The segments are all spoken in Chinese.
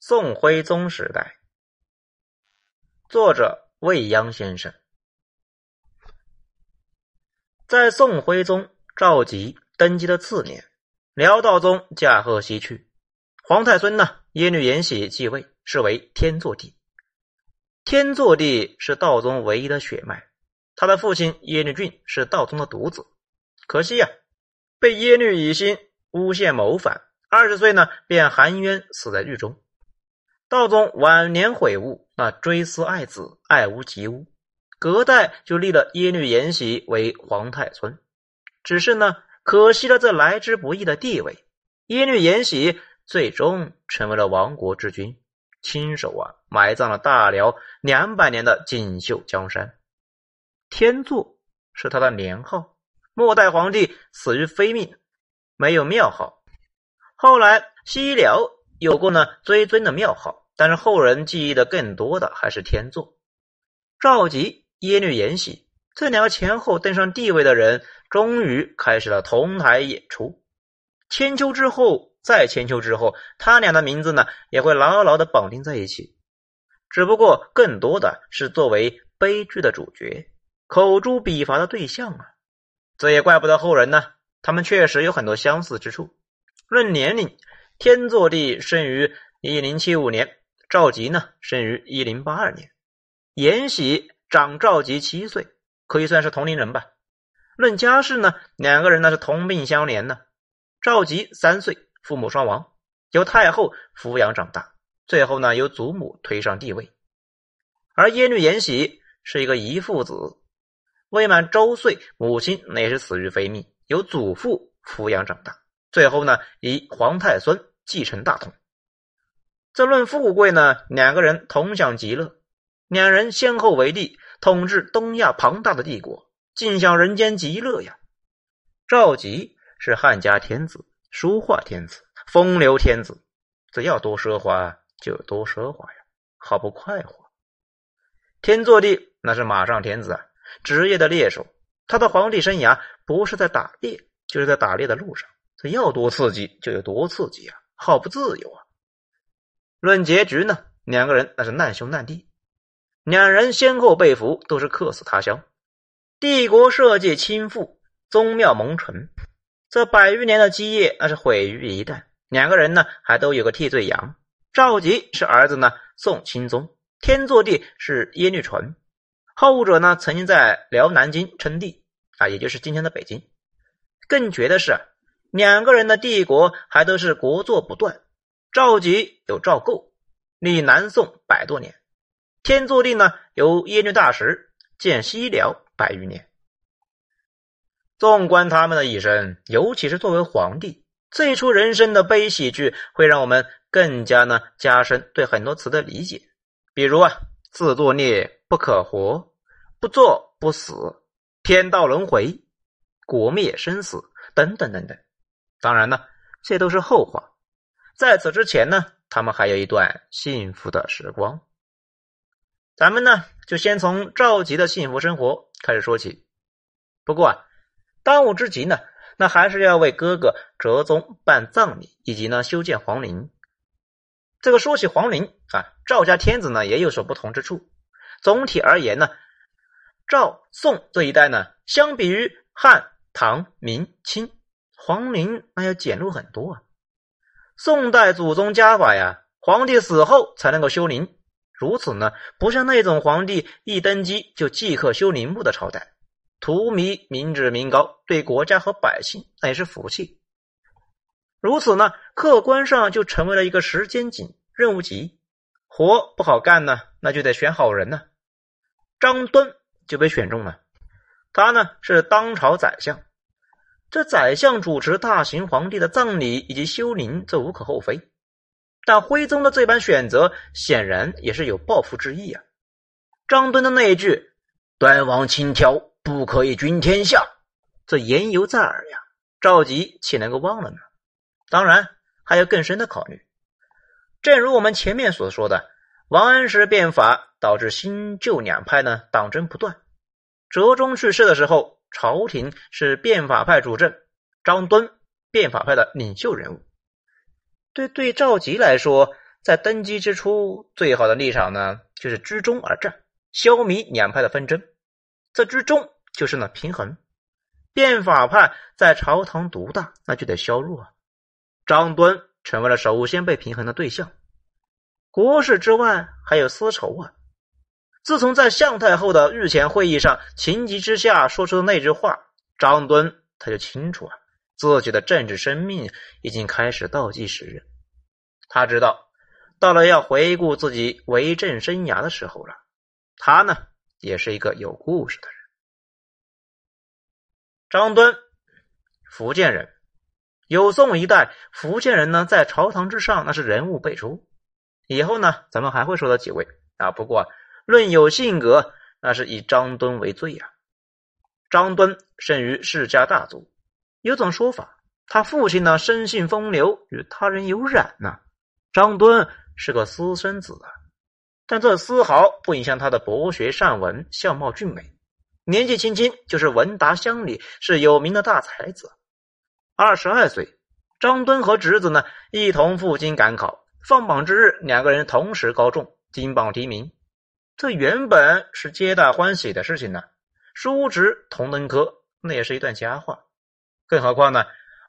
宋徽宗时代，作者未央先生。在宋徽宗赵佶登基的次年，辽道宗驾鹤西去，皇太孙耶律延禧继位，是为天祚帝。天祚帝是道宗唯一的血脉，他的父亲耶律俊是道宗的独子，可惜被耶律乙辛诬陷谋反，20岁便含冤死在狱中。道宗晚年悔悟，追思爱子，爱屋及乌，隔代就立了耶律延禧为皇太孙。只是可惜了这来之不易的地位，耶律延禧最终成为了亡国之君，亲手埋葬了大辽200年的锦绣江山。天祚是他的年号，末代皇帝死于非命，没有庙号。后来西辽有过追尊的庙号，但是后人记忆的更多的还是天祚。赵佶、耶律延禧这两个前后登上帝位的人，终于开始了同台演出。千秋之后，再千秋之后，他俩的名字也会牢牢的绑定在一起，只不过更多的是作为悲剧的主角，口诛笔伐的对象这也怪不得后人他们确实有很多相似之处。论年龄，天祚帝生于1075年，赵佶生于1082年，延禧长赵佶7岁，可以算是同龄人吧。论家世两个人是同病相怜赵佶3岁，父母双亡，由太后抚养长大，最后由祖母推上帝位。而耶律延禧是一个遗腹子，未满周岁，母亲也是死于非命，由祖父抚养长大，最后以皇太孙继承大统。这论富贵两个人同享极乐，两人先后为帝，统治东亚庞大的帝国，尽享人间极乐呀。赵佶是汉家天子，书画天子，风流天子，这要多奢华就有多奢华呀，好不快活。天祚帝那是马上天子职业的猎手，他的皇帝生涯不是在打猎，就是在打猎的路上，这要多刺激就有多刺激好不自由论结局两个人那是难兄难弟，两人先后被俘，都是客死他乡，帝国社稷倾覆，宗庙蒙尘，这100余年的基业那是毁于一旦。两个人还都有个替罪羊，赵佶是儿子宋钦宗，天祚帝是耶律纯，后者曾经在辽南京称帝也就是今天的北京。更绝的是两个人的帝国还都是国祚不断，赵佶有赵构，历南宋100多年，天祚帝有耶律大石，建西辽100余年。纵观他们的一生，尤其是作为皇帝，这一出人生的悲喜剧会让我们更加加深对很多词的理解。比如自作孽不可活，不作不死，天道轮回，国灭生死等等等等。当然这都是后话，在此之前他们还有一段幸福的时光。咱们就先从赵佶的幸福生活开始说起。不过当务之急那还是要为哥哥哲宗办葬礼，以及修建皇陵。这个说起皇陵赵家天子也有所不同之处。总体而言赵宋这一代相比于汉唐明清，皇陵那要简陋很多宋代祖宗家法皇帝死后才能够修陵，如此不像那种皇帝一登基就即刻修陵墓的朝代，荼蘼民脂民膏，对国家和百姓那也是福气。如此客观上就成为了一个时间紧，任务急，活不好干那就得选好人张敦就被选中了，他是当朝宰相，这宰相主持大行皇帝的葬礼以及修陵，这无可厚非。但徽宗的这般选择显然也是有抱负之意张敦的那一句端王轻佻，不可以君天下，这言犹在耳赵佶岂能够忘了呢？当然还有更深的考虑。正如我们前面所说的，王安石变法导致新旧两派党争不断。哲宗去世的时候，朝廷是变法派主政，张敦变法派的领袖人物。对赵佶来说， 在登基之初，最好的立场呢，就是居中而战，消弭两派的纷争。这居中就是呢平衡，变法派在朝堂独大，那就得削弱啊。张敦成为了首先被平衡的对象。国事之外还有私仇啊。自从在向太后的御前会议上情急之下说出的那句话，张敦他就清楚啊，自己的政治生命已经开始倒计时。他知道到了要回顾自己为政生涯的时候了。他呢也是一个有故事的人。张敦，福建人。有宋一代福建人呢，在朝堂之上那是人物辈出。以后呢咱们还会说到几位啊，不过论有性格，那是以张敦为最啊。张敦生于世家大族，有种说法，他父亲呢生性风流，与他人有染啊。张敦是个私生子啊，但这丝毫不影响他的博学善文，相貌俊美，年纪轻轻就是文达乡里，是有名的大才子。22岁，张敦和侄子呢一同赴京赶考，放榜之日，两个人同时高中，金榜题名。这原本是皆大欢喜的事情呢，叔侄同登科，那也是一段佳话。更何况呢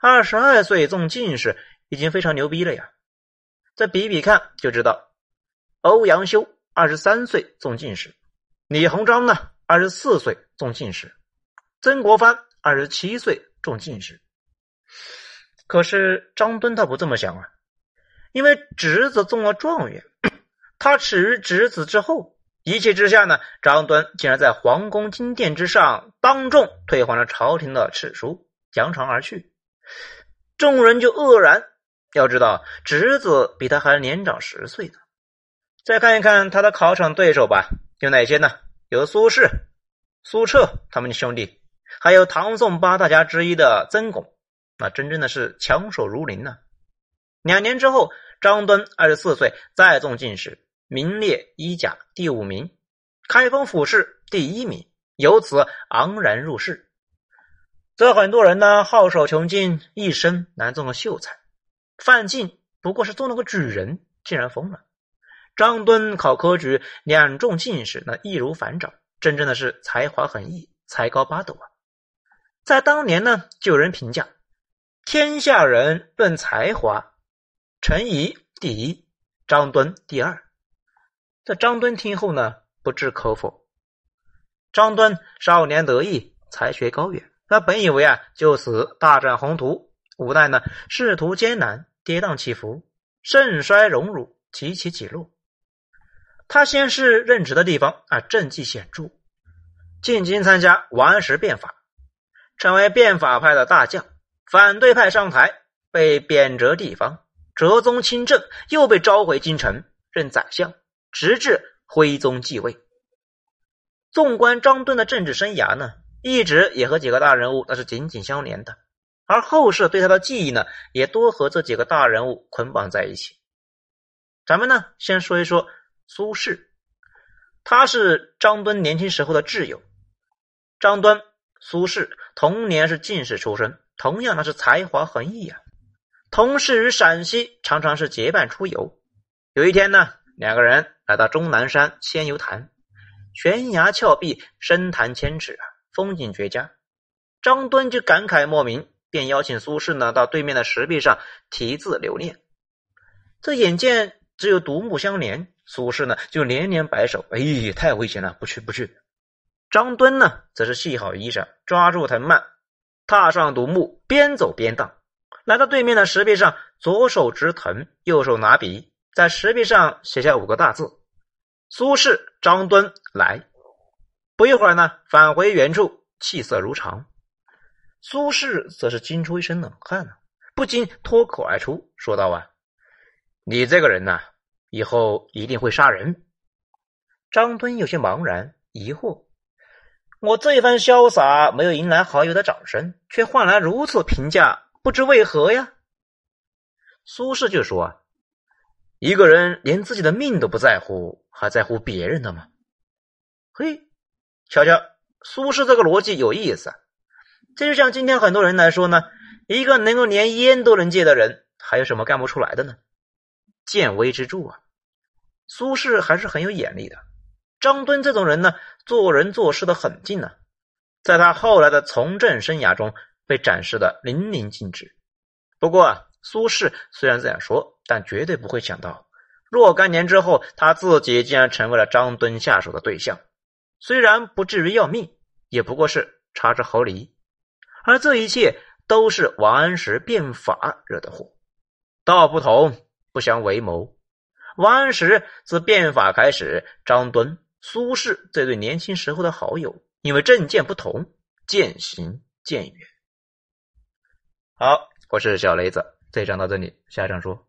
，22岁中进士已经非常牛逼了呀。再比比看就知道，欧阳修23岁中进士，李鸿章呢24岁中进士，曾国藩27岁中进士。可是张敦他不这么想啊，因为侄子中了状元，他耻于侄子之后，一气之下呢，张敦竟然在皇宫金殿之上当众退还了朝廷的敕书，扬长而去。众人就愕然，要知道侄子比他还年长10岁呢。再看一看他的考场对手吧，有哪些呢？有苏轼、苏辙他们的兄弟，还有唐宋8大家之一的曾巩，那真正的是强手如林呢。2年之后，张敦24岁再中进士，名列一甲第5名，开封府试第1名，由此昂然入仕。这很多人呢好手穷尽，一生难中个秀才。范进不过是中了个举人，竟然疯了。张敦考科举2中进士，那易如反掌，真正的是才华横溢，才高八斗啊。在当年呢，就有人评价天下人论才华，陈颐第1，张敦第2。这张敦听后呢，不置可否。张敦少年得意，才学高远，他本以为啊就此大展宏图，无奈呢仕途艰难，跌宕起伏，盛衰荣辱，起起起落。他先是任职的地方啊政绩显著，进京参加王安石变法，成为变法派的大将。反对派上台，被贬谪地方，折宗亲政，又被召回京城任宰相，直至徽宗继位。纵观张敦的政治生涯呢，一直也和几个大人物那是紧紧相连的，而后世对他的记忆呢，也多和这几个大人物捆绑在一起。咱们呢先说一说苏轼，他是张敦年轻时候的挚友。张敦、苏轼同年是进士出身，同样那是才华横溢啊。同事于陕西，常常是结伴出游。有一天呢，两个人来到终南山仙游潭，悬崖峭壁，深潭千尺啊，风景绝佳。张敦就感慨莫名，便邀请苏轼呢到对面的石壁上题字留念。这眼见只有独木相连，苏轼呢就连连摆手，太危险了，不去不去。张敦呢则是系好衣裳，抓住藤蔓，踏上独木，边走边荡，来到对面的石壁上，左手执藤，右手拿笔，在石壁上写下5个大字：苏轼、张敦来。不一会儿呢，返回原处，气色如常。苏轼则是惊出一身冷汗啊，不禁脱口而出说道啊：你这个人呐，以后一定会杀人。张敦有些茫然疑惑，我这一番潇洒没有迎来好友的掌声，却换来如此评价，不知为何呀。苏轼就说啊，一个人连自己的命都不在乎，还在乎别人的吗？嘿，瞧瞧，苏轼这个逻辑有意思啊。这就像今天很多人来说呢，一个能够连烟都能戒的人，还有什么干不出来的呢？ 见微知著啊。苏轼还是很有眼力的。张敦这种人呢，做人做事的很劲呢，在他后来的从政生涯中被展示的淋漓尽致。不过啊，苏轼虽然这样说，但绝对不会想到若干年之后他自己竟然成为了张敦下手的对象，虽然不至于要命，也不过是差之毫厘。而这一切都是王安石变法惹的祸。道不同，不相为谋。王安石自变法开始，张敦、苏轼这对年轻时候的好友，因为政见不同，渐行渐远。好，我是小雷子，这一章到这里，下一章说。